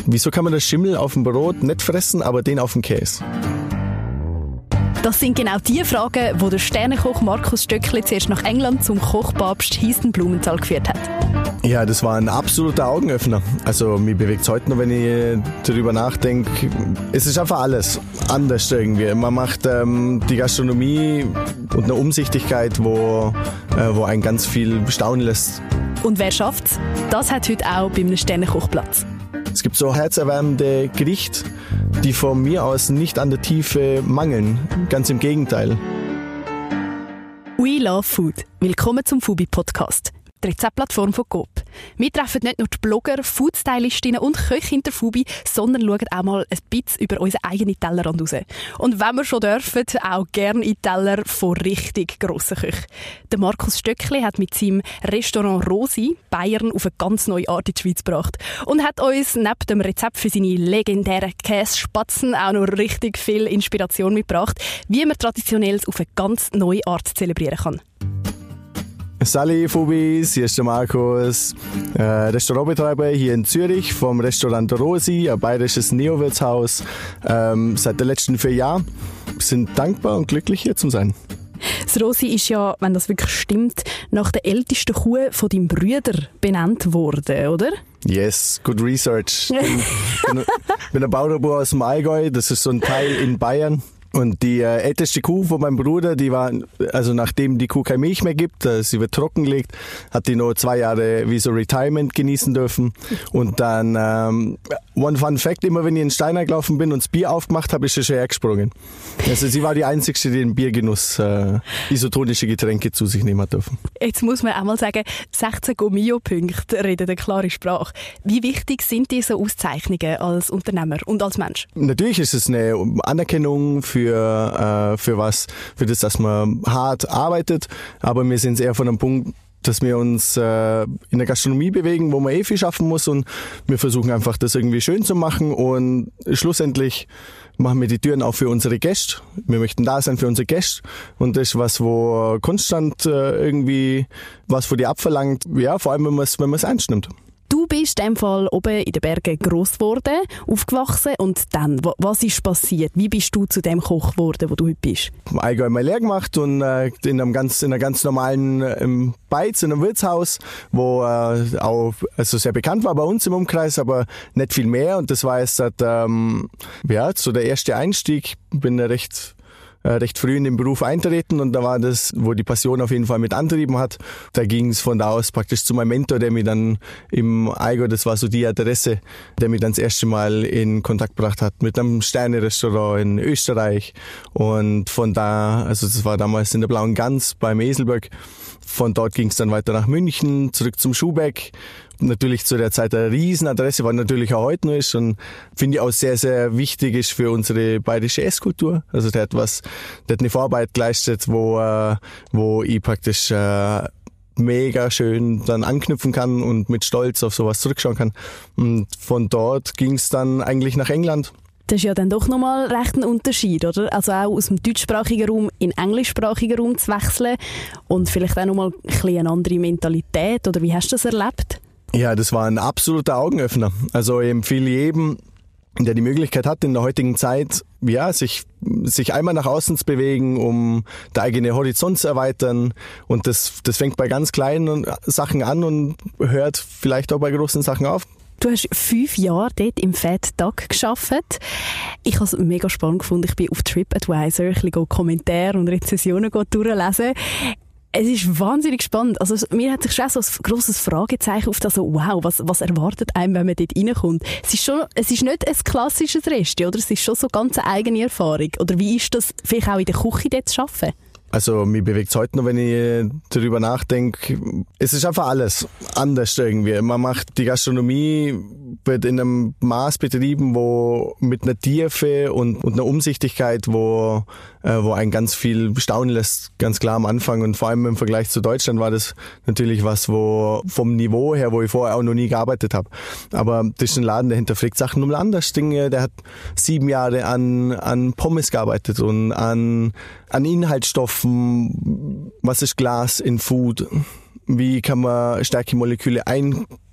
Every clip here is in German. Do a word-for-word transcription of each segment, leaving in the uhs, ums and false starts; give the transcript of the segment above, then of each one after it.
Wieso kann man das Schimmel auf dem Brot nicht fressen, aber den auf dem Käse? Das sind genau die Fragen, die der Sternekoch Markus Stöckli zuerst nach England zum Kochpapst Hiesen Blumenthal geführt hat. Ja, das war ein absoluter Augenöffner. Also mich bewegt es heute noch, wenn ich darüber nachdenke. Es ist einfach alles anders irgendwie. Man macht ähm, die Gastronomie und eine Umsichtigkeit, wo, äh, wo einen ganz viel staunen lässt. Und wer schafft's? Das hat heute auch bei einem Sternekoch Platz. Es gibt so herzerwärmende Gerichte, die von mir aus nicht an der Tiefe mangeln. Ganz im Gegenteil. We love food. Willkommen zum Fubi-Podcast. Die Rezeptplattform von Coop. Wir treffen nicht nur die Blogger, Foodstylistinnen und Köche hinter Fubi, sondern schauen auch mal ein bisschen über unseren eigenen Tellerrand raus. Und wenn wir schon dürfen, auch gerne in Teller von richtig grossen Köchen. Der Markus Stöckli hat mit seinem Restaurant Rosi Bayern auf eine ganz neue Art in die Schweiz gebracht und hat uns neben dem Rezept für seine legendären Kässpatzen auch noch richtig viel Inspiration mitgebracht, wie man Traditionelles auf eine ganz neue Art zelebrieren kann. Sali Fubis, hier ist der Markus, äh, Restaurantbetreiber hier in Zürich vom Restaurant Rosi, ein bayerisches Neowirtshaus, ähm, seit den letzten vier Jahren. Wir sind dankbar und glücklich, hier zu sein. Das Rosi ist ja, wenn das wirklich stimmt, nach der ältesten Kuh von deinem Bruder benannt worden, oder? Yes, good research. Ich bin, bin, bin ein Bauernbauer aus dem Allgäu, das ist so ein Teil in Bayern. Und die äh, älteste Kuh von meinem Bruder, die war, also nachdem die Kuh keine Milch mehr gibt, äh, sie wird trockengelegt, hat die nur zwei Jahre wie so Retirement genießen dürfen. Und dann, ähm, one fun fact, immer wenn ich in Steiner gelaufen bin und das Bier aufgemacht habe, ist sie schon hergesprungen. Also sie war die Einzige, die den Biergenuss, äh, isotonische Getränke zu sich nehmen hat dürfen. Jetzt muss man auch mal sagen, sechzehn Gomio-Punkte reden eine klare Sprache. Wie wichtig sind diese Auszeichnungen als Unternehmer und als Mensch? Natürlich ist es eine Anerkennung für Für, äh, für was, für das, dass man hart arbeitet, aber wir sind eher von einem Punkt, dass wir uns äh, in der Gastronomie bewegen, wo man eh viel schaffen muss und wir versuchen einfach, das irgendwie schön zu machen und schlussendlich machen wir die Türen auch für unsere Gäste. Wir möchten da sein für unsere Gäste und das ist was, wo konstant äh, irgendwie was von dir abverlangt, ja, vor allem, wenn man es wenn man es ernst nimmt. Du bist in dem Fall oben in den Bergen gross geworden, aufgewachsen und dann, was ist passiert? Wie bist du zu dem Koch geworden, wo du heute bist? Im Allgäu meine Lehre gemacht und äh, in, einem ganz, in einer ganz normalen ähm, Beiz, in einem Wirtshaus, wo äh, auch also sehr bekannt war bei uns im Umkreis, aber nicht viel mehr und das war jetzt ähm, ja, so der erste Einstieg. Bin recht recht früh in den Beruf eintreten und da war das, wo die Passion auf jeden Fall mit antrieben hat. Da ging es von da aus praktisch zu meinem Mentor, der mich dann im Allgäu, das war so die Adresse, der mich dann das erste Mal in Kontakt gebracht hat mit einem Sterne-Restaurant in Österreich und von da, also das war damals in der Blauen Gans beim Eselberg, von dort ging es dann weiter nach München, zurück zum Schuhbeck. Natürlich zu der Zeit eine Riesenadresse, was natürlich auch heute noch ist und finde ich auch sehr, sehr wichtig ist für unsere bayerische Esskultur. Also der hat was, der hat eine Vorarbeit geleistet, wo, äh, wo ich praktisch äh, mega schön dann anknüpfen kann und mit Stolz auf sowas zurückschauen kann. Und von dort ging es dann eigentlich nach England. Das ist ja dann doch nochmal recht ein Unterschied, oder? Also auch aus dem deutschsprachigen Raum in den englischsprachigen Raum zu wechseln und vielleicht auch nochmal ein bisschen eine andere Mentalität, oder wie hast du das erlebt? Ja, das war ein absoluter Augenöffner. Also ich empfehle jedem, der die Möglichkeit hat, in der heutigen Zeit, ja, sich, sich einmal nach außen zu bewegen, um der eigene Horizont zu erweitern. Und das, das fängt bei ganz kleinen Sachen an und hört vielleicht auch bei großen Sachen auf. Du hast fünf Jahre dort im Fat Duck gearbeitet. Ich habe es mega spannend gefunden. Ich bin auf TripAdvisor ein bisschen Kommentare und Rezensionen durchlesen. Es ist wahnsinnig spannend. Also, mir hat sich schon so ein grosses Fragezeichen auf das so, wow, was, was erwartet einem, wenn man dort reinkommt? Es ist schon, es ist nicht ein klassisches Restaurant, oder? Es ist schon so ganz eine eigene Erfahrung. Oder wie ist das vielleicht auch in der Küche dort zu arbeiten? Also mich bewegt es heute noch, wenn ich darüber nachdenke. Es ist einfach alles anders irgendwie. Man macht die Gastronomie, wird in einem Maß betrieben, wo mit einer Tiefe und, und einer Umsichtigkeit, wo, äh, wo einen ganz viel staunen lässt, ganz klar am Anfang. Und vor allem im Vergleich zu Deutschland war das natürlich was, wo vom Niveau her, wo ich vorher auch noch nie gearbeitet habe. Aber das ist ein Laden, der hinterfragt Sachen nochmal anders. Dinge, der hat sieben Jahre an, an Pommes gearbeitet und an, an Inhaltsstoffen. Was ist Glas in Food? Wie kann man Stärkemoleküle ein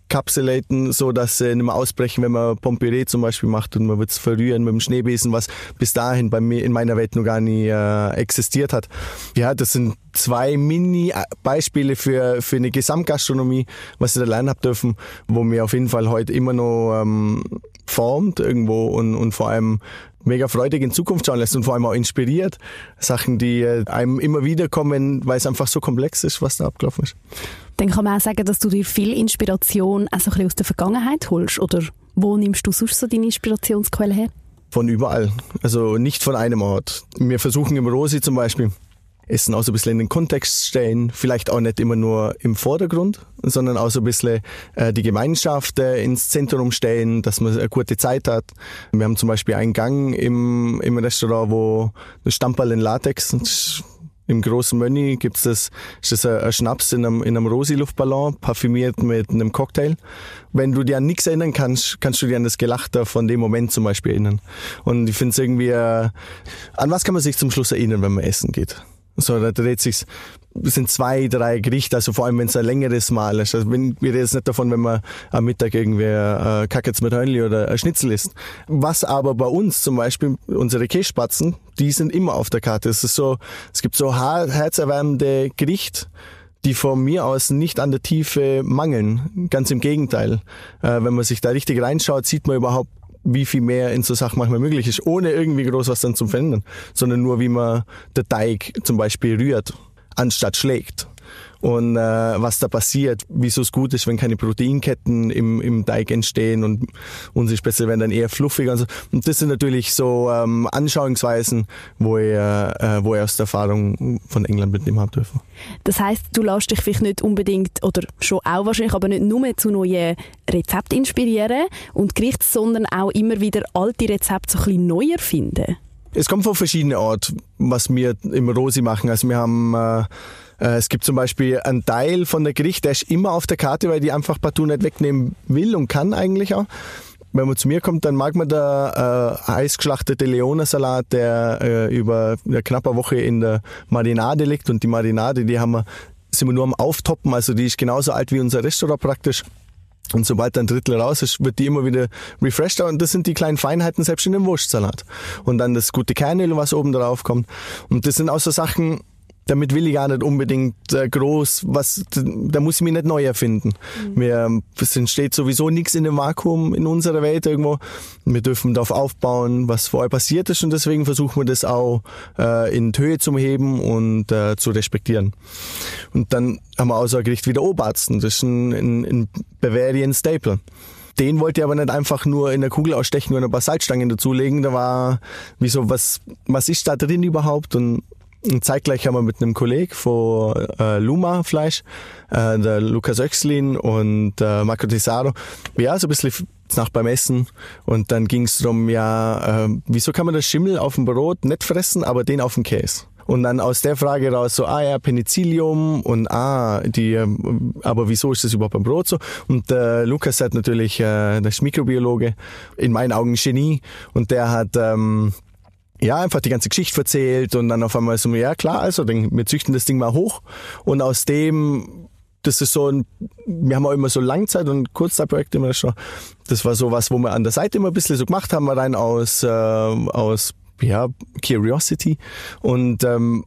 encapsulaten, so dass sie nicht mehr ausbrechen, wenn man Pommes zum Beispiel macht und man wird es verrühren mit dem Schneebesen, was bis dahin bei mir in meiner Welt noch gar nie äh, existiert hat. Ja, das sind zwei Mini-Beispiele für, für eine Gesamtgastronomie, was ich da lernen habe dürfen, wo mir auf jeden Fall heute immer noch ähm, formt irgendwo und, und vor allem mega freudig in Zukunft schauen lässt und vor allem auch inspiriert. Sachen, die einem immer wieder kommen, weil es einfach so komplex ist, was da abgelaufen ist. Dann kann man auch sagen, dass du dir viel Inspiration auch so ein bisschen aus der Vergangenheit holst. Oder wo nimmst du sonst so deine Inspirationsquelle her? Von überall. Also nicht von einem Ort. Wir versuchen im Rosi zum Beispiel, Essen auch so ein bisschen in den Kontext stellen, vielleicht auch nicht immer nur im Vordergrund, sondern auch so ein bisschen äh, die Gemeinschaft äh, ins Zentrum stellen, dass man eine gute Zeit hat. Wir haben zum Beispiel einen Gang im, im Restaurant, wo das Stamperl in Latex, im großen Menü gibt es das, ist das ein, ein Schnaps in einem, in einem Rosi-Luftballon, parfümiert mit einem Cocktail. Wenn du dir an nichts erinnern kannst, kannst du dir an das Gelachter von dem Moment zum Beispiel erinnern. Und ich finde es irgendwie, äh, an was kann man sich zum Schluss erinnern, wenn man essen geht? So, da dreht sich's, es sind zwei, drei Gerichte, also vor allem, wenn es ein längeres Mal ist. Also, wenn, wir reden jetzt nicht davon, wenn man am Mittag irgendwie äh, Kackets mit Hörnli oder ein Schnitzel isst. Was aber bei uns zum Beispiel, unsere Kässpatzen, die sind immer auf der Karte. Es ist so, es gibt so herzerwärmende Gerichte, die von mir aus nicht an der Tiefe mangeln. Ganz im Gegenteil. Äh, wenn man sich da richtig reinschaut, sieht man überhaupt, wie viel mehr in so Sachen manchmal möglich ist, ohne irgendwie groß was dann zu verändern, sondern nur wie man der Teig zum Beispiel rührt, anstatt schlägt. Und äh, was da passiert, wieso es gut ist, wenn keine Proteinketten im, im Teig entstehen und unsere Spätzle werden dann eher fluffiger und so. Und das sind natürlich so ähm, Anschauungsweisen, wo ich, äh, wo ich aus der Erfahrung von England mitnehmen habe dürfen. Das heisst, du lässt dich vielleicht nicht unbedingt, oder schon auch wahrscheinlich, aber nicht nur zu neuen Rezepten inspirieren und Gerichte, sondern auch immer wieder alte Rezepte so ein bisschen neu erfinden? Es kommt von verschiedenen Orten, was wir im Rosi machen. Also wir haben... Äh, Es gibt zum Beispiel einen Teil von der Gericht, der ist immer auf der Karte, weil die einfach partout nicht wegnehmen will und kann eigentlich auch. Wenn man zu mir kommt, dann mag man da äh, heiß geschlachtete Leonesalat, der äh, über eine knappe Woche in der Marinade liegt. Und die Marinade, die haben wir, sind wir nur am Auftoppen, also die ist genauso alt wie unser Restaurant praktisch. Und sobald ein Drittel raus ist, wird die immer wieder refreshed. Und das sind die kleinen Feinheiten selbst in dem Wurstsalat. Und dann das gute Kernöl, was oben drauf kommt. Und das sind auch so Sachen... Damit will ich gar nicht unbedingt äh, groß, was, da muss ich mich nicht neu erfinden. Mhm. Wir, es entsteht sowieso nichts in dem Vakuum in unserer Welt irgendwo. Wir dürfen darauf aufbauen, was vorher passiert ist und deswegen versuchen wir das auch äh, in die Höhe zu heben und äh, zu respektieren. Und dann haben wir auch so ein Gericht wie der Obersten, das ist ein, ein, ein Bavarian Staple. Den wollte ich aber nicht einfach nur in der Kugel ausstechen und ein paar Salzstangen dazulegen. Da war, wieso, was, was ist da drin überhaupt? Und Und zeitgleich haben wir mit einem Kollegen von äh, Luma Fleisch, äh, der Lukas Oechslin und äh, Marco Tesaro, ja, so ein bisschen nach beim Essen. Und dann ging es darum, ja, äh, wieso kann man das Schimmel auf dem Brot nicht fressen, aber den auf dem Käse? Und dann aus der Frage raus so, ah ja, Penicillium und ah, die, aber wieso ist das überhaupt beim Brot so? Und äh, Lukas hat natürlich, äh, der ist Mikrobiologe, in meinen Augen Genie, und der hat ähm, ja, einfach die ganze Geschichte erzählt und dann auf einmal so, ja klar, also wir züchten das Ding mal hoch und aus dem, das ist so ein, wir haben auch immer so Langzeit- und Kurzzeitprojekte im Restaurant, das war so was, wo wir an der Seite immer ein bisschen so gemacht haben, rein aus, äh, aus, ja, Curiosity, und ähm,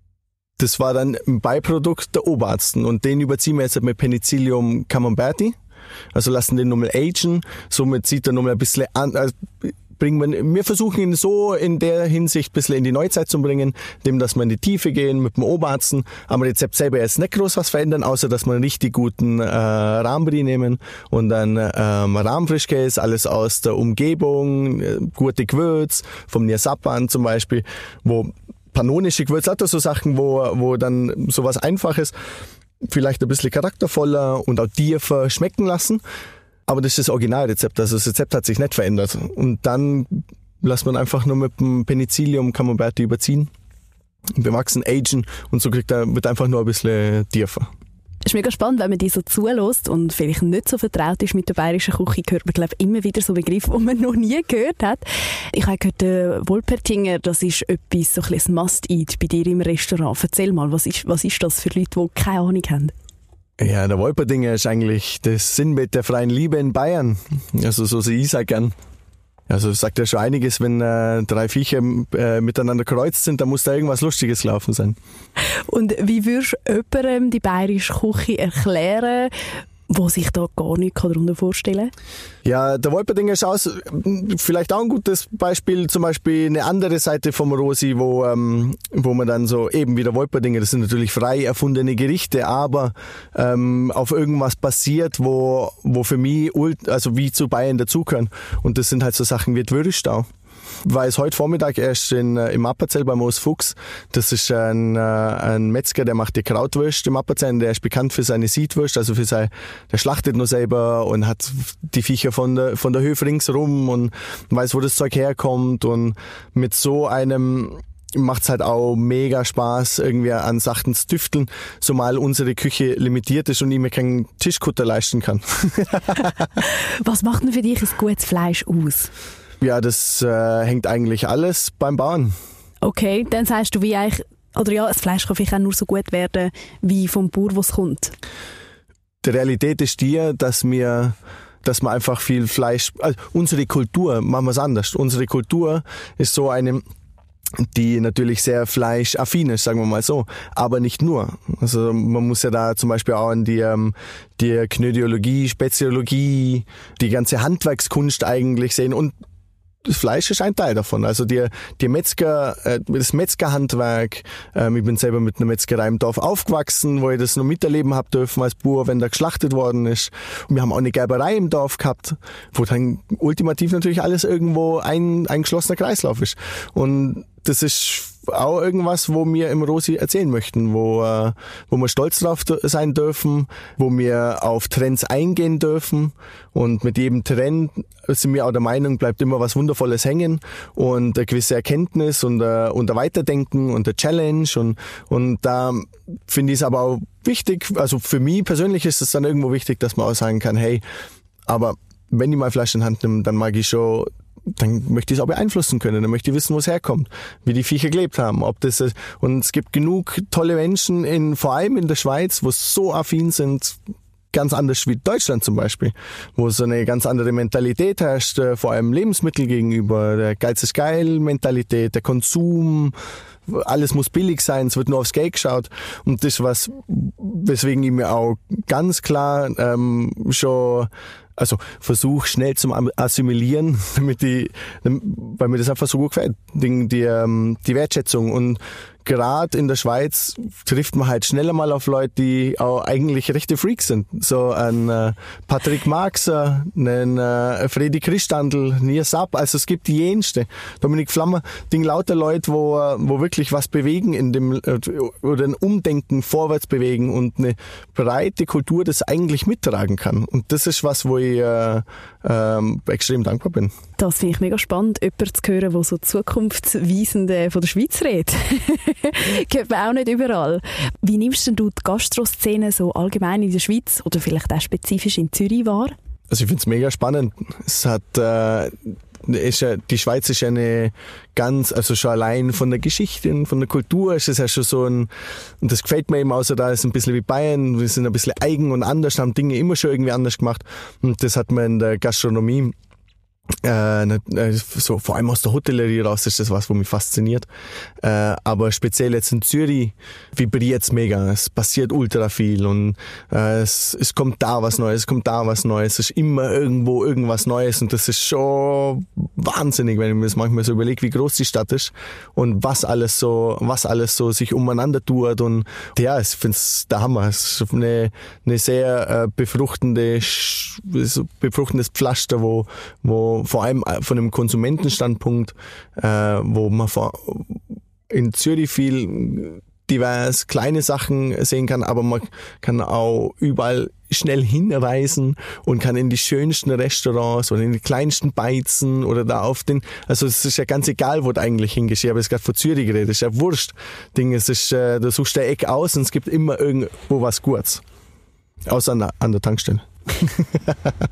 das war dann ein Beiprodukt der Obersten und den überziehen wir jetzt mit Penicillium camemberti, also lassen den nochmal agen, somit sieht er nochmal ein bisschen an, also bringen wir, wir versuchen ihn so in der Hinsicht ein bisschen in die Neuzeit zu bringen, indem dass wir in die Tiefe gehen mit dem Obersten, am Rezept selber jetzt nicht groß was verändern, außer dass wir einen richtig guten äh, Rahmbrie nehmen und dann ähm, Rahmfrischkäse, alles aus der Umgebung, äh, gute Gewürz, vom Niersapan zum Beispiel, wo pannonische Gewürze, hat so Sachen, wo, wo dann sowas Einfaches, vielleicht ein bisschen charaktervoller und auch tiefer schmecken lassen. Aber das ist das Originalrezept, also das Rezept hat sich nicht verändert. Und dann lässt man einfach nur mit dem Penicillium camemberti überziehen, bewachsen, agen und so kriegt er, wird einfach nur ein bisschen tiefer. Es ist mega spannend, wenn man die so zulässt und vielleicht nicht so vertraut ist mit der bayerischen Küche, hört man, glaube ich, immer wieder so Begriffe, die man noch nie gehört hat. Ich habe gehört, der Wolpertinger, das ist etwas, so ein Must-Eat bei dir im Restaurant. Erzähl mal, was ist, was ist das für Leute, die keine Ahnung haben? Ja, der Wolperdinger ist eigentlich das Sinnbild der freien Liebe in Bayern. Also so sehe ich es auch gern. Also sagt ja schon einiges, wenn äh, drei Viecher äh, miteinander kreuzt sind, dann muss da irgendwas Lustiges gelaufen sein. Und wie würdest du jemandem die bayerische Küche erklären, der sich da gar nichts darunter vorstellen kann? Ja, der Wolperdinger ist aus, vielleicht auch ein gutes Beispiel, zum Beispiel eine andere Seite vom Rosi, wo, ähm, wo man dann so, eben wie der Wolperdinger, das sind natürlich frei erfundene Gerichte, aber ähm, auf irgendwas basiert, wo, wo für mich, also wie zu Bayern dazugehören. Und das sind halt so Sachen wie die Würstau. War es heute Vormittag erst in, im Appenzell bei Moos Fuchs. Das ist ein, ein Metzger, der macht die Krautwurst im Appenzell. Der ist bekannt für seine Siedwurst, also für sein, der schlachtet nur selber und hat die Viecher von der, von der Höfe ringsrum und weiß, wo das Zeug herkommt. Und mit so einem macht's halt auch mega Spaß, irgendwie an Sachen zu tüfteln, zumal unsere Küche limitiert ist und ich mir keinen Tischkutter leisten kann. Was macht denn für dich ein gutes Fleisch aus? Ja, das äh, hängt eigentlich alles beim Bauern. Okay, dann sagst du, wie eigentlich, oder ja, das Fleisch kann vielleicht auch nur so gut werden, wie vom Bauer, wo es kommt. Die Realität ist die, dass wir, dass wir einfach viel Fleisch, also unsere Kultur, machen wir es anders. Unsere Kultur ist so eine, die natürlich sehr fleischaffin ist, sagen wir mal so, aber nicht nur. Also man muss ja da zum Beispiel auch an die, die Knödiologie, Speziologie, die ganze Handwerkskunst eigentlich sehen und das Fleisch ist ein Teil davon. Also die, die Metzger, das Metzgerhandwerk. Ich bin selber mit einer Metzgerei im Dorf aufgewachsen, wo ich das noch miterleben habe dürfen als Bauer, wenn da geschlachtet worden ist. Und wir haben auch eine Gerberei im Dorf gehabt, wo dann ultimativ natürlich alles irgendwo ein, ein geschlossener Kreislauf ist. Und das ist auch irgendwas, wo wir im Rosi erzählen möchten, wo, äh, wo wir stolz drauf sein dürfen, wo wir auf Trends eingehen dürfen und mit jedem Trend sind wir auch der Meinung, bleibt immer was Wundervolles hängen und eine gewisse Erkenntnis und, äh, und ein Weiterdenken und eine Challenge und, und da finde ich es aber auch wichtig, also für mich persönlich ist es dann irgendwo wichtig, dass man auch sagen kann, hey, aber wenn ich mal Fleisch in die Hand nehme, dann mag ich schon, dann möchte ich es auch beeinflussen können, dann möchte ich wissen, wo es herkommt, wie die Viecher gelebt haben, ob das ist. Und es gibt genug tolle Menschen, in, vor allem in der Schweiz, wo so affin sind, ganz anders wie Deutschland zum Beispiel, wo so eine ganz andere Mentalität herrscht, vor allem Lebensmittel gegenüber, der Geiz ist geil Mentalität, der Konsum, alles muss billig sein, es wird nur aufs Geld geschaut und das ist was, weswegen ich mir auch ganz klar ähm, schon also versuche schnell zum Assimilieren, damit die, weil mir das einfach so gut gefällt, die, die, die Wertschätzung und gerade in der Schweiz trifft man halt schneller mal auf Leute, die auch eigentlich rechte Freaks sind. So ein äh, Patrick Marxer, einen äh, Fredi Christandl, Nils Sapp, also es gibt die jenste. Dominik Flammer, Ding lauter Leute, wo, wo wirklich was bewegen in dem, äh, oder ein Umdenken vorwärts bewegen und eine breite Kultur das eigentlich mittragen kann. Und das ist was, wo ich äh, äh, extrem dankbar bin. Das finde ich mega spannend, jemanden zu hören, der so zukunftsweisend von der Schweiz redet. Geht man auch nicht überall. Wie nimmst denn du die Gastroszene so allgemein in der Schweiz oder vielleicht auch spezifisch in Zürich wahr? Also ich finde es mega spannend. Es hat, äh, ist ja, die Schweiz ist ja eine ganz, also schon allein von der Geschichte und von der Kultur ist es ja schon so ein, und das gefällt mir eben außer da ist ein bisschen wie Bayern, wir sind ein bisschen eigen und anders, haben Dinge immer schon irgendwie anders gemacht und das hat man in der Gastronomie Äh, so vor allem aus der Hotellerie raus ist das was, wo mich fasziniert. Äh, aber speziell jetzt in Zürich vibriert's mega. Es passiert ultra viel und äh, es, es kommt da was Neues, es kommt da was Neues. Es ist immer irgendwo irgendwas Neues und das ist schon wahnsinnig, wenn ich mir das manchmal so überlege, wie groß die Stadt ist und was alles so, was alles so sich umeinander tut und ja, ich finde es der Hammer. Es ist eine, eine sehr äh, befruchtende, befruchtendes Pflaster, wo, wo vor allem von einem Konsumentenstandpunkt, äh, wo man vor, in Zürich viel divers kleine Sachen sehen kann, aber man kann auch überall schnell hinreisen und kann in die schönsten Restaurants oder in die kleinsten Beizen oder da auf den, also es ist ja ganz egal, wo du eigentlich hingehst. Ich habe jetzt gerade von Zürich geredet, das ist ja wurscht. Ding, es ist, äh, du suchst der Eck aus und es gibt immer irgendwo was Gutes. Außer an der, an der Tankstelle.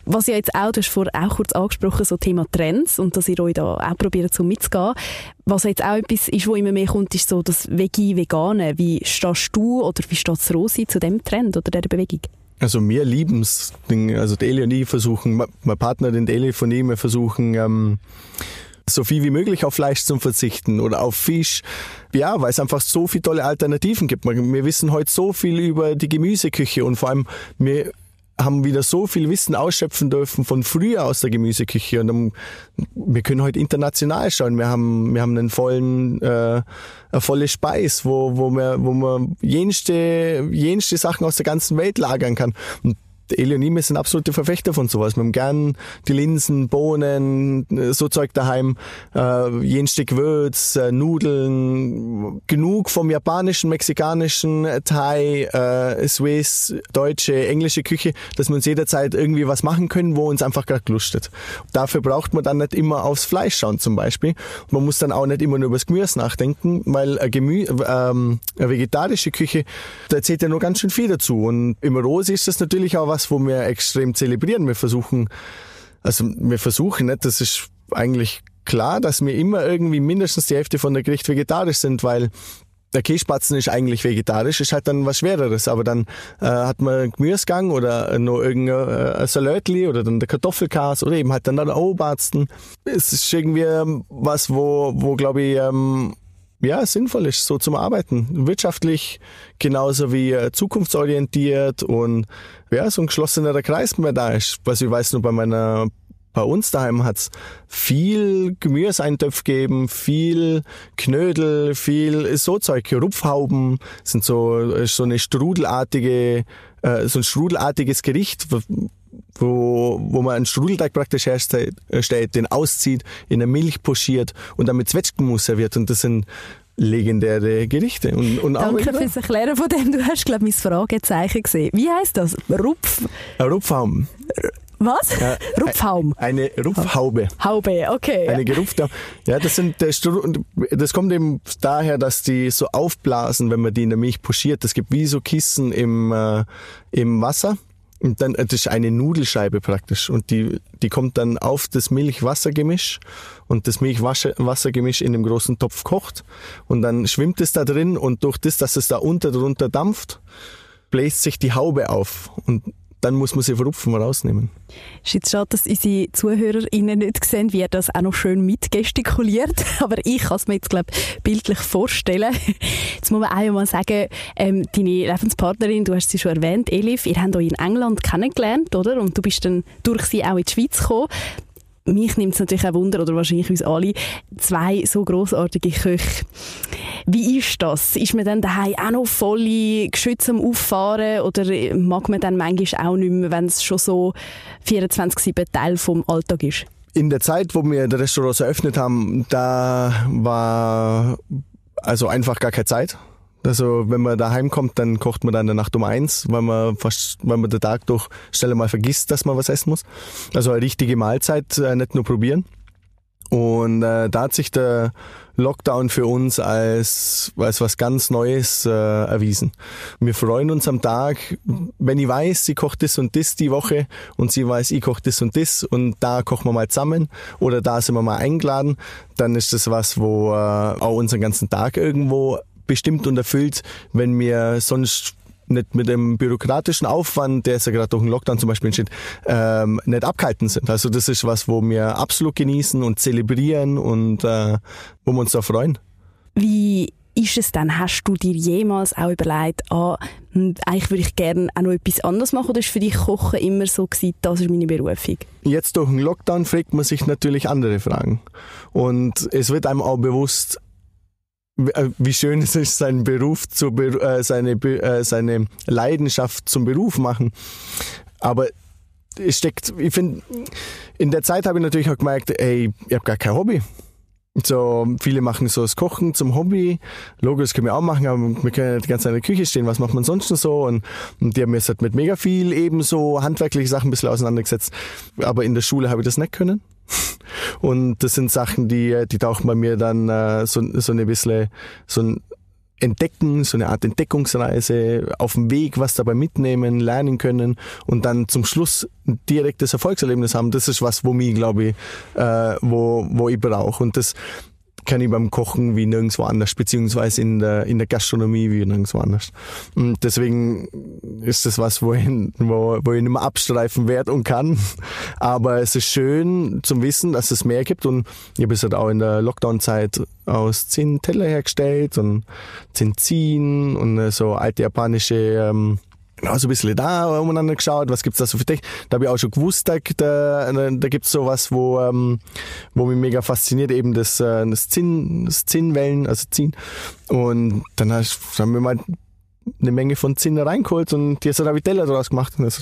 Was ja jetzt auch, du hast vorhin auch kurz angesprochen, so Thema Trends und dass ihr euch da auch probiert, so mitzugehen. Was jetzt auch etwas ist, was immer mehr kommt, ist so das Veggie-Vegane. Wie stehst du oder wie steht Rosi zu dem Trend oder dieser Bewegung? Also wir lieben es. Also die Eli und ich versuchen, mein Partner, den Eli von ihm, wir versuchen ähm, so viel wie möglich auf Fleisch zu verzichten oder auf Fisch. Ja, weil es einfach so viele tolle Alternativen gibt. Wir wissen heute so viel über die Gemüseküche und vor allem wir haben wieder so viel Wissen ausschöpfen dürfen von früher aus der Gemüseküche und um, wir können heute international schauen. Wir haben wir haben einen vollen äh, eine volle Speis, wo wo man wo man jenste jenste Sachen aus der ganzen Welt lagern kann. Und Eli und ich, wir sind absolute Verfechter von sowas. Wir haben gern die Linsen, Bohnen, so Zeug daheim, äh, jenste Gewürz, äh, Nudeln, genug vom japanischen, mexikanischen, Thai, äh, Swiss, deutsche, englische Küche, dass wir uns jederzeit irgendwie was machen können, wo uns einfach gerade lustet. Dafür braucht man dann nicht immer aufs Fleisch schauen zum Beispiel. Man muss dann auch nicht immer nur über das Gemüse nachdenken, weil eine, Gemü- ähm, eine vegetarische Küche, da zählt ja nur ganz schön viel dazu. Und im Rosi ist das natürlich auch was, wo wir extrem zelebrieren. Wir versuchen, also wir versuchen nicht, das ist eigentlich klar, dass wir immer irgendwie mindestens die Hälfte von der Gericht vegetarisch sind, weil der Kässpatzen ist eigentlich vegetarisch, ist halt dann was Schwereres, aber dann äh, hat man Gemüsegang oder noch irgendein äh, Salatli oder dann der Kartoffelkas oder eben halt dann der Obersten. Es ist irgendwie was, wo, wo glaube ich, ähm, ja, sinnvoll ist, so zum Arbeiten. Wirtschaftlich genauso wie äh, zukunftsorientiert und ja, so ein geschlossener Kreis mehr da ist. Was ich weiß, nur bei meiner, bei uns daheim hat's viel Gemüseeintopf gegeben, viel Knödel, viel so Zeug, Rupfhauben, sind so, so eine strudelartige, äh, so ein strudelartiges Gericht, wo, wo man einen Strudelteig praktisch herstellt, den auszieht, in der Milch pochiert und dann mit Zwetschgenmus serviert. Und das sind legendäre Gerichte. Und, und Danke fürs Erklären von dem. Du hast, glaube ich, mein Fragezeichen gesehen. Wie heisst das? Rupf? Ein Rupfhauben. Was? Ja, Rupfhaum. Eine Rupfhaube. Haube, okay. Eine gerupfte. Ja, das sind, das kommt eben daher, dass die so aufblasen, wenn man die in der Milch pochiert. Das gibt wie so Kissen im, äh, im Wasser. Und dann, das ist eine Nudelscheibe praktisch. Und die, die kommt dann auf das Milch-Wasser-Gemisch. Und das Milch-Wasser-Gemisch in dem großen Topf kocht. Und dann schwimmt es da drin. Und durch das, dass es da unter drunter dampft, bläst sich die Haube auf. Und dann muss man sie verrupfen und rausnehmen. Es ist jetzt schade, dass unsere ZuhörerInnen nicht sehen, wie er das auch noch schön mitgestikuliert. Aber ich kann es mir jetzt, glaube ich, bildlich vorstellen. Jetzt muss man auch mal sagen, ähm, deine Lebenspartnerin, du hast sie schon erwähnt, Elif, ihr habt euch in England kennengelernt, oder? Und du bist dann durch sie auch in die Schweiz gekommen. Mich nimmt es natürlich auch Wunder, oder wahrscheinlich uns alle, zwei so grossartige Köche. Wie ist das? Ist man dann daheim auch noch volle Geschütze am Auffahren oder mag man dann manchmal auch nicht mehr, wenn es schon so vierundzwanzig sieben Teil vom Alltag ist? In der Zeit, wo wir das Restaurant eröffnet haben, da war also einfach gar keine Zeit. Also wenn man daheim kommt, dann kocht man dann in der Nacht um eins, weil man fast, weil man den Tag durch schnell mal vergisst, dass man was essen muss. Also eine richtige Mahlzeit, äh, nicht nur probieren. Und äh, da hat sich der Lockdown für uns als, als was ganz Neues äh, erwiesen. Wir freuen uns am Tag, wenn ich weiß, sie kocht das und das die Woche und sie weiß, ich koche das und das und da kochen wir mal zusammen oder da sind wir mal eingeladen, dann ist das was, wo äh, auch unseren ganzen Tag irgendwo bestimmt und erfüllt, wenn wir sonst nicht mit dem bürokratischen Aufwand, der ist ja gerade durch den Lockdown zum Beispiel entsteht, ähm, nicht abgehalten sind. Also das ist was, wo wir absolut genießen und zelebrieren und äh, wo wir uns da freuen. Wie ist es dann? Hast du dir jemals auch überlegt, ah, eigentlich würde ich gerne auch noch etwas anderes machen, oder ist für dich Kochen immer so gewesen, das ist meine Berufung? Jetzt durch den Lockdown fragt man sich natürlich andere Fragen. Und es wird einem auch bewusst, wie schön es ist, seinen Beruf zu, äh, seine, äh, seine Leidenschaft zum Beruf machen. Aber es steckt, ich finde, in der Zeit habe ich natürlich auch gemerkt, ey, ich habe gar kein Hobby. So, viele machen so das Kochen zum Hobby. Logo, das können wir auch machen, aber wir können nicht ganz in der Küche stehen. Was macht man sonst noch so? Und, und die haben mir jetzt halt mit mega viel eben so handwerkliche Sachen ein bisschen auseinandergesetzt. Aber in der Schule habe ich das nicht können. Und das sind Sachen, die, die tauchen bei mir dann äh, so, so ein bisschen, so ein entdecken, so eine Art Entdeckungsreise, auf dem Weg was dabei mitnehmen, lernen können und dann zum Schluss ein direktes Erfolgserlebnis haben. Das ist was, wo mich, glaube ich, äh, wo, wo ich brauche. Und das kann ich beim Kochen wie nirgendwo anders, beziehungsweise in der, in der Gastronomie wie nirgendwo anders. Und deswegen ist das was, wo ich, wo, wo ich nicht mehr abstreifen werde und kann. Aber es ist schön zum Wissen, dass es mehr gibt. Und ich habe es halt auch in der Lockdown-Zeit aus zehn Teller hergestellt und zehn Ziehen und so alte japanische ähm, Genau, so ein bisschen da umeinander geschaut, was gibt's da so für Technik. Da habe ich auch schon gewusst, da, da, da gibt's sowas, wo, ähm, wo mich mega fasziniert, eben das, äh, das Zinn, das Zinnwellen, also Ziehen. Und dann haben wir mal eine Menge von Zinn reingeholt und jetzt habe ich Teller draus gemacht. Und das,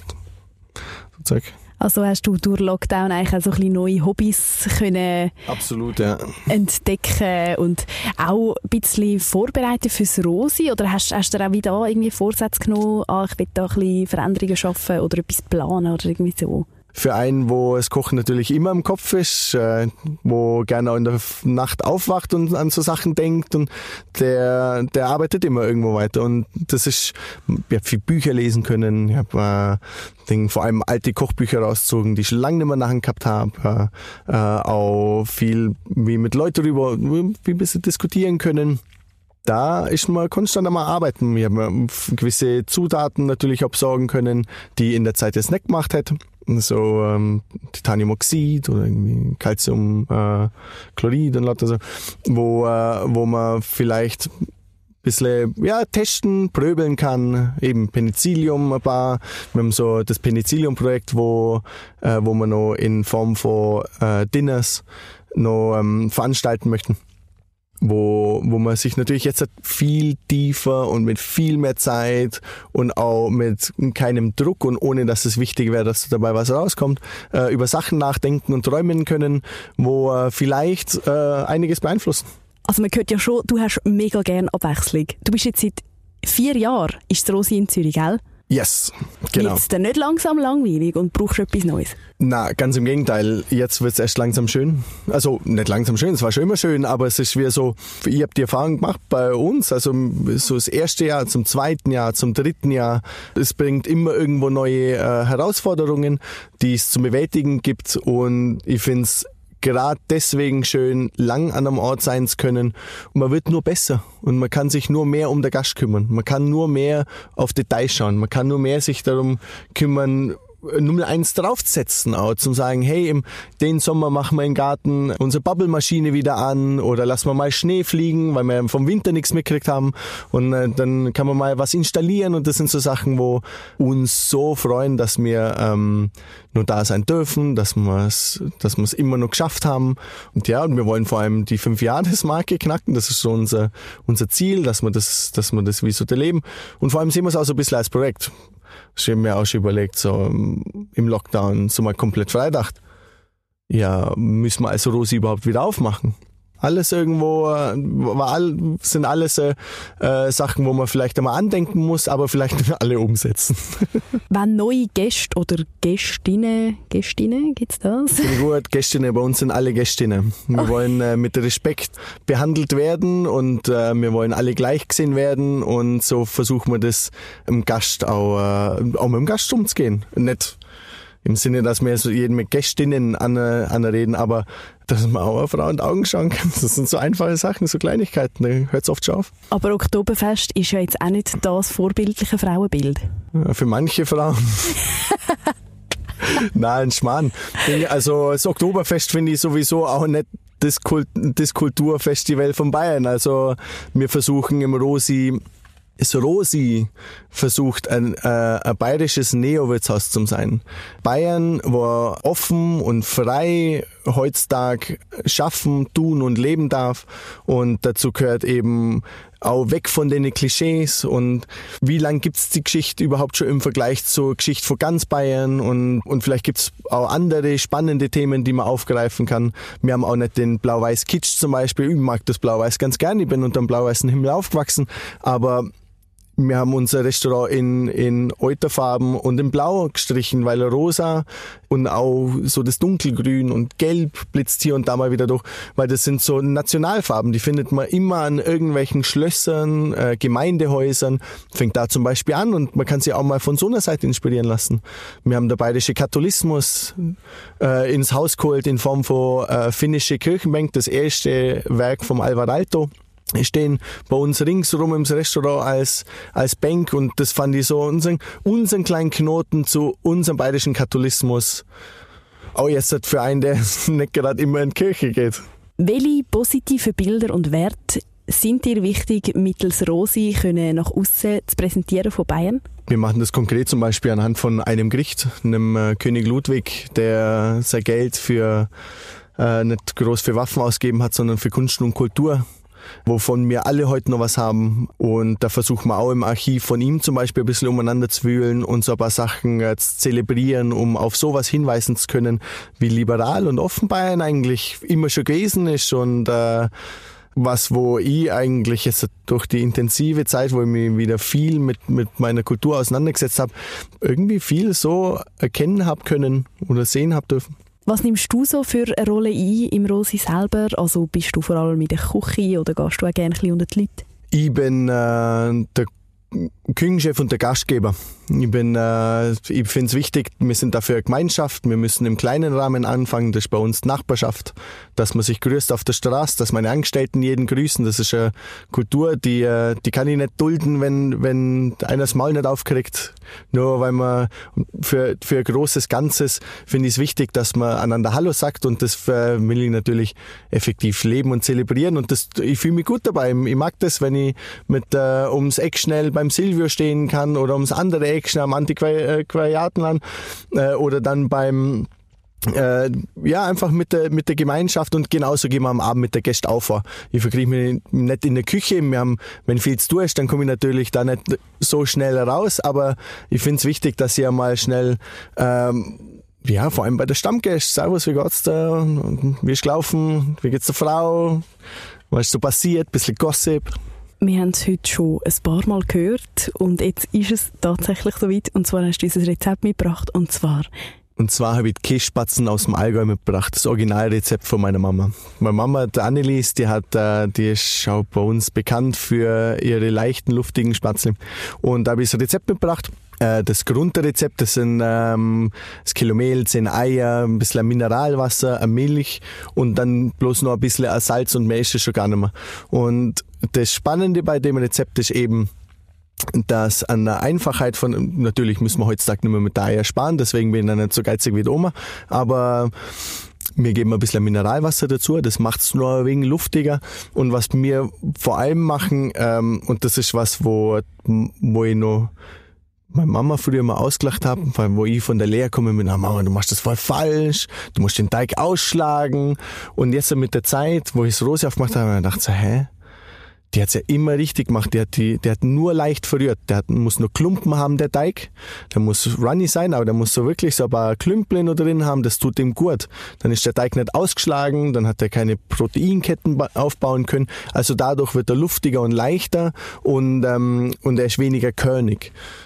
so Zeug. Also hast du durch Lockdown eigentlich auch so ein bisschen neue Hobbys können Absolut, ja. entdecken und auch ein bisschen vorbereiten fürs Rosi? Oder hast, hast du auch wieder irgendwie Vorsätze genommen, ah, ich will da ein bisschen Veränderungen schaffen oder etwas planen oder irgendwie so? Für einen, wo das Kochen natürlich immer im Kopf ist, äh, wo gerne auch in der Nacht aufwacht und an so Sachen denkt und der, der arbeitet immer irgendwo weiter. Und das ist, ich habe viel Bücher lesen können, ich habe äh, vor allem alte Kochbücher rausgezogen, die ich schon lange nicht mehr nachher gehabt habe, äh, auch viel wie mit Leuten darüber wie ein bisschen diskutieren können. Da ist man konstant am Arbeiten. Wir haben gewisse Zutaten natürlich auch besorgen können, die ich in der Zeit jetzt nicht gemacht hätte. So ähm, Titaniumoxid oder irgendwie Calciumchlorid äh, und lauter so, wo, äh, wo man vielleicht ein bisschen ja, testen, pröbeln kann. Eben Penicillium ein paar. Wir haben so das Penicillium-Projekt, wo, äh, wo wir noch in Form von äh, Dinners noch ähm, veranstalten möchten. Wo, wo man sich natürlich jetzt viel tiefer und mit viel mehr Zeit und auch mit keinem Druck und ohne, dass es wichtig wäre, dass dabei was rauskommt, äh, über Sachen nachdenken und träumen können, wo äh, vielleicht äh, einiges beeinflussen. Also man hört ja schon, du hast mega gerne Abwechslung. Du bist jetzt seit vier Jahren, ist das Rosi in Zürich, gell? Yes, genau. Wird's dann nicht langsam langweilig und brauchst du etwas Neues? Na, ganz im Gegenteil. Jetzt wird's erst langsam schön. Also nicht langsam schön, es war schon immer schön, aber es ist wieder so, ich habe die Erfahrung gemacht bei uns, also so das erste Jahr, zum zweiten Jahr, zum dritten Jahr. Es bringt immer irgendwo neue äh, Herausforderungen, die es zu bewältigen gibt und ich find's gerade deswegen schön, lang an einem Ort sein zu können. Und man wird nur besser. Und man kann sich nur mehr um den Gast kümmern. Man kann nur mehr auf Details schauen. Man kann nur mehr sich darum kümmern, Nummer eins draufsetzen, auch zum sagen, hey, im den Sommer machen wir im Garten unsere Bubblemaschine wieder an oder lassen wir mal Schnee fliegen, weil wir vom Winter nichts mitgekriegt haben und äh, dann kann man mal was installieren und das sind so Sachen, wo uns so freuen, dass wir ähm, nur da sein dürfen, dass wir es dass wir es immer noch geschafft haben und ja, und wir wollen vor allem die fünf-Jahres-Marke knacken, das ist so unser unser Ziel, dass wir das dass wir das wie so erleben und vor allem sehen wir es auch so ein bisschen als Projekt. Ich habe mir auch schon überlegt, so im Lockdown, so mal komplett Freitag, ja, müssen wir also Rosi überhaupt wieder aufmachen? Alles irgendwo, war all, sind alles äh, Sachen, wo man vielleicht einmal andenken muss, aber vielleicht nicht alle umsetzen. Wenn neue Gäste oder Gästinnen, Gästinnen, gibt's das? Finde ich gut, Gästinnen, bei uns sind alle Gästinnen. Wir oh. wollen äh, mit Respekt behandelt werden und äh, wir wollen alle gleich gesehen werden und so versuchen wir das im Gast auch, äh, auch mit dem Gast umzugehen. Nicht im Sinne, dass wir so jeden mit Gästinnen an, anreden, aber dass man auch eine Frau in die Augen schauen kann. Das sind so einfache Sachen, so Kleinigkeiten, da hört es oft schon auf. Aber Oktoberfest ist ja jetzt auch nicht das vorbildliche Frauenbild. Ja, für manche Frauen. Nein, Schmarrn. Also das Oktoberfest finde ich sowieso auch nicht das, Kult- das Kulturfestival von Bayern. Also wir versuchen im Rosi Das Rosi versucht, ein, äh, ein bayerisches Neo-Wirtshaus zu sein. Bayern war offen und frei heutzutage schaffen, tun und leben darf. Und dazu gehört eben auch weg von den Klischees. Und wie lang gibt's die Geschichte überhaupt schon im Vergleich zur Geschichte von ganz Bayern? Und, und vielleicht gibt's auch andere spannende Themen, die man aufgreifen kann. Wir haben auch nicht den Blau-Weiß-Kitsch zum Beispiel. Ich mag das Blau-Weiß ganz gerne. Ich bin unter dem blau-weißen Himmel aufgewachsen. Aber Wir haben unser Restaurant in, in Euterfarben und in Blau gestrichen, weil rosa und auch so das Dunkelgrün und Gelb blitzt hier und da mal wieder durch, weil das sind so Nationalfarben, die findet man immer an irgendwelchen Schlössern, äh, Gemeindehäusern, fängt da zum Beispiel an und man kann sich auch mal von so einer Seite inspirieren lassen. Wir haben der bayerische Katholismus äh, ins Haus geholt in Form von äh, finnische Kirchenbank, das erste Werk vom Alvar-Aalto. Stehen bei uns ringsherum im Restaurant als, als Bank und das fand ich so unseren, unseren kleinen Knoten zu unserem bayerischen Katholismus. Auch jetzt für einen, der nicht gerade immer in die Kirche geht. Welche positiven Bilder und Werte sind dir wichtig, mittels Rosi können nach außen zu präsentieren von Bayern? Wir machen das konkret zum Beispiel anhand von einem Gericht, einem äh, König Ludwig, der sein Geld für äh, nicht groß für Waffen ausgegeben hat, sondern für Kunst und Kultur, wovon wir alle heute noch was haben. Und da versuchen wir auch im Archiv von ihm zum Beispiel ein bisschen umeinander zu wühlen und so ein paar Sachen äh, zu zelebrieren, um auf sowas hinweisen zu können, wie liberal und offen Bayern eigentlich immer schon gewesen ist. Und äh, was, wo ich eigentlich jetzt durch die intensive Zeit, wo ich mich wieder viel mit, mit meiner Kultur auseinandergesetzt habe, irgendwie viel so erkennen habe können oder sehen habe dürfen. Was nimmst du so für eine Rolle ein im Rosi selber? Also bist du vor allem in der Küche oder gehst du auch gerne ein bisschen unter die Leute? Ich bin äh, der Küchenchef und der Gastgeber. Ich, bin, äh, ich finde es wichtig, wir sind dafür eine Gemeinschaft, wir müssen im kleinen Rahmen anfangen, das ist bei uns die Nachbarschaft, dass man sich grüßt auf der Straße, dass meine Angestellten jeden grüßen, das ist eine Kultur, die, die kann ich nicht dulden, wenn, wenn einer das Maul nicht aufkriegt. Nur weil man für, für ein großes Ganzes finde ich es wichtig, dass man einander Hallo sagt und das will ich natürlich effektiv leben und zelebrieren und das, ich fühle mich gut dabei. Ich mag das, wenn ich mit äh, ums Eck schnell beim Silvio stehen kann oder ums andere Eck schnell am Antiquariatenland äh, oder dann beim Äh, ja, einfach mit der, mit der Gemeinschaft und genauso gehen wir am Abend mit der Gäste auf. Ich verkriege mich nicht in der Küche. Wir haben, wenn viel zu tun ist, dann komme ich natürlich da nicht so schnell raus, aber ich finde es wichtig, dass ich mal schnell, ähm, ja, vor allem bei der Stammgäste, servus, wie geht's da? Wie ist gelaufen? Wie geht's der Frau? Was ist so passiert? Ein bisschen Gossip. Wir haben es heute schon ein paar Mal gehört und jetzt ist es tatsächlich soweit. Und zwar hast du uns ein Rezept mitgebracht und zwar Und zwar habe ich die Kässpatzen aus dem Allgäu mitgebracht, das Originalrezept von meiner Mama. Meine Mama, die Annelies, die, hat, die ist auch bei uns bekannt für ihre leichten, luftigen Spatzeln. Und da habe ich das Rezept mitgebracht. Das Grundrezept, das sind ähm, das Kilo Mehl, zehn Eier, ein bisschen Mineralwasser, eine Milch und dann bloß noch ein bisschen Salz und mehr ist es schon gar nicht mehr. Und das Spannende bei dem Rezept ist eben, dass an der Einfachheit von, natürlich müssen wir heutzutage nicht mehr mit der Eier sparen, deswegen bin ich dann nicht so geizig wie die Oma, aber wir geben ein bisschen Mineralwasser dazu, das macht es nur ein wenig luftiger und was wir vor allem machen, ähm, und das ist was, wo, wo ich noch meine Mama früher mal ausgelacht habe, wo ich von der Lehre komme mit, Mama, du machst das voll falsch, du musst den Teig ausschlagen und jetzt mit der Zeit, wo ich das Rosi aufgemacht habe, habe ich gedacht so, hä? Die hat's ja immer richtig gemacht. Die hat, die, die hat nur leicht verrührt. Der hat, muss nur Klumpen haben, der Teig. Der muss runny sein, aber der muss so wirklich so ein paar Klümpeln noch drin haben. Das tut ihm gut. Dann ist der Teig nicht ausgeschlagen. Dann hat er keine Proteinketten aufbauen können. Also dadurch wird er luftiger und leichter und, ähm, und er ist weniger körnig.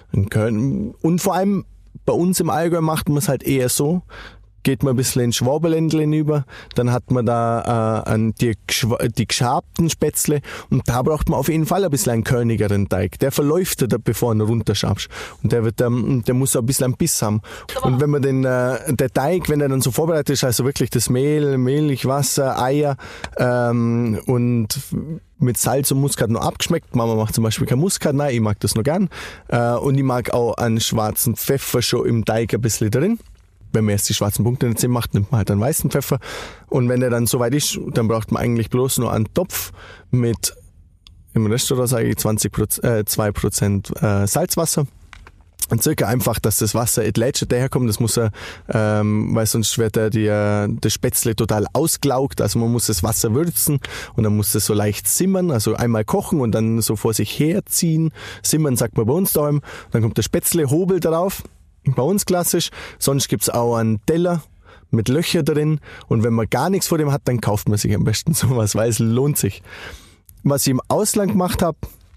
Und vor allem bei uns im Allgäu macht man es halt eher so, geht man ein bisschen in Schwaberländle über, dann hat man da äh, die, die geschabten Spätzle und da braucht man auf jeden Fall ein bisschen einen körnigeren Teig. Der verläuft da, bevor du ihn runterschabst. Und der, wird, ähm, der muss ein bisschen einen Biss haben. Und wenn man den äh, der Teig, wenn der dann so vorbereitet ist, also wirklich das Mehl, Milch, Wasser, Eier ähm, und mit Salz und Muskat noch abgeschmeckt. Mama macht zum Beispiel kein Muskat, nein, ich mag das noch gern. Äh, und ich mag auch einen schwarzen Pfeffer schon im Teig ein bisschen drin. Wenn man jetzt die schwarzen Punkte nicht sehen macht, nimmt man halt einen weißen Pfeffer. Und wenn der dann soweit ist, dann braucht man eigentlich bloß nur einen Topf mit, im Restaurant sage ich zwanzig Prozent, äh, zwei Prozent äh, Salzwasser. Und circa einfach, dass das Wasser entlätschert daherkommt. Das muss er, ähm, weil sonst wird er die, äh, das Spätzle total ausgelaugt. Also man muss das Wasser würzen und dann muss es so leicht simmern, also einmal kochen und dann so vor sich herziehen. Simmern sagt man bei uns daheim. Dann kommt der Spätzle, Hobel drauf. Bei uns klassisch, sonst gibt's auch einen Teller mit Löcher drin und wenn man gar nichts vor dem hat, dann kauft man sich am besten sowas, weil es lohnt sich. Was ich im Ausland gemacht habe,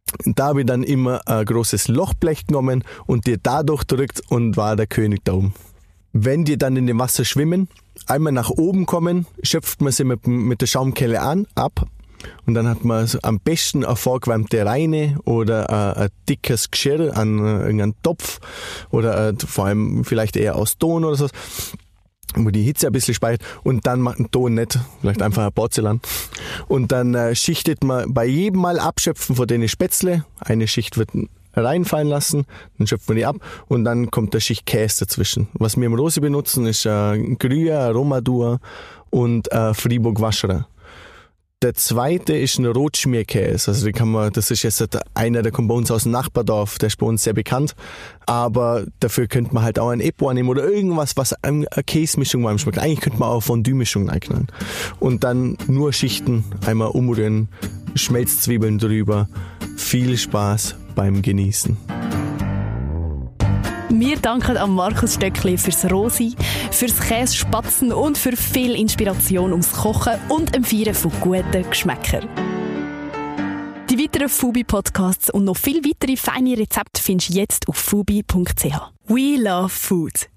Da habe ich dann immer ein großes Lochblech genommen und die da durchdrückt und war der König da oben. Wenn die dann in dem Wasser schwimmen, einmal nach oben kommen, schöpft man sie mit, mit der Schaumkelle an, ab. Und dann hat man so am besten eine vorgewärmte Reine oder ein, ein dickes Geschirr an irgendeinen Topf oder äh, vor allem vielleicht eher aus Ton oder so, wo die Hitze ein bisschen speichert, und dann macht ein Ton nicht, vielleicht einfach ein Porzellan. Und dann äh, schichtet man bei jedem Mal abschöpfen von den Spätzle. Eine Schicht wird reinfallen lassen, dann schöpft man die ab und dann kommt eine Schicht Käse dazwischen. Was wir im Rosi benutzen, ist äh, Gruyère, Romadur und äh, Fribourg Vacherin. Der zweite ist ein Rotschmierkäse. Also, die kann man, das ist jetzt einer, der kommt bei uns aus dem Nachbardorf, der ist bei uns sehr bekannt. Aber dafür könnte man halt auch ein Epoi nehmen oder irgendwas, was eine Käsemischung mal schmeckt. Eigentlich könnte man auch Fondue-Mischung einknallen. Und dann nur Schichten, einmal umrühren, Schmelzzwiebeln drüber. Viel Spaß beim Genießen. Wir danken an Markus Stöckli fürs Rosi, fürs Kässpatzen und für viel Inspiration ums Kochen und dem Feiern von guten Geschmäckern. Die weiteren Fubi-Podcasts und noch viele weitere feine Rezepte findest du jetzt auf fubi punkt c h. We love food.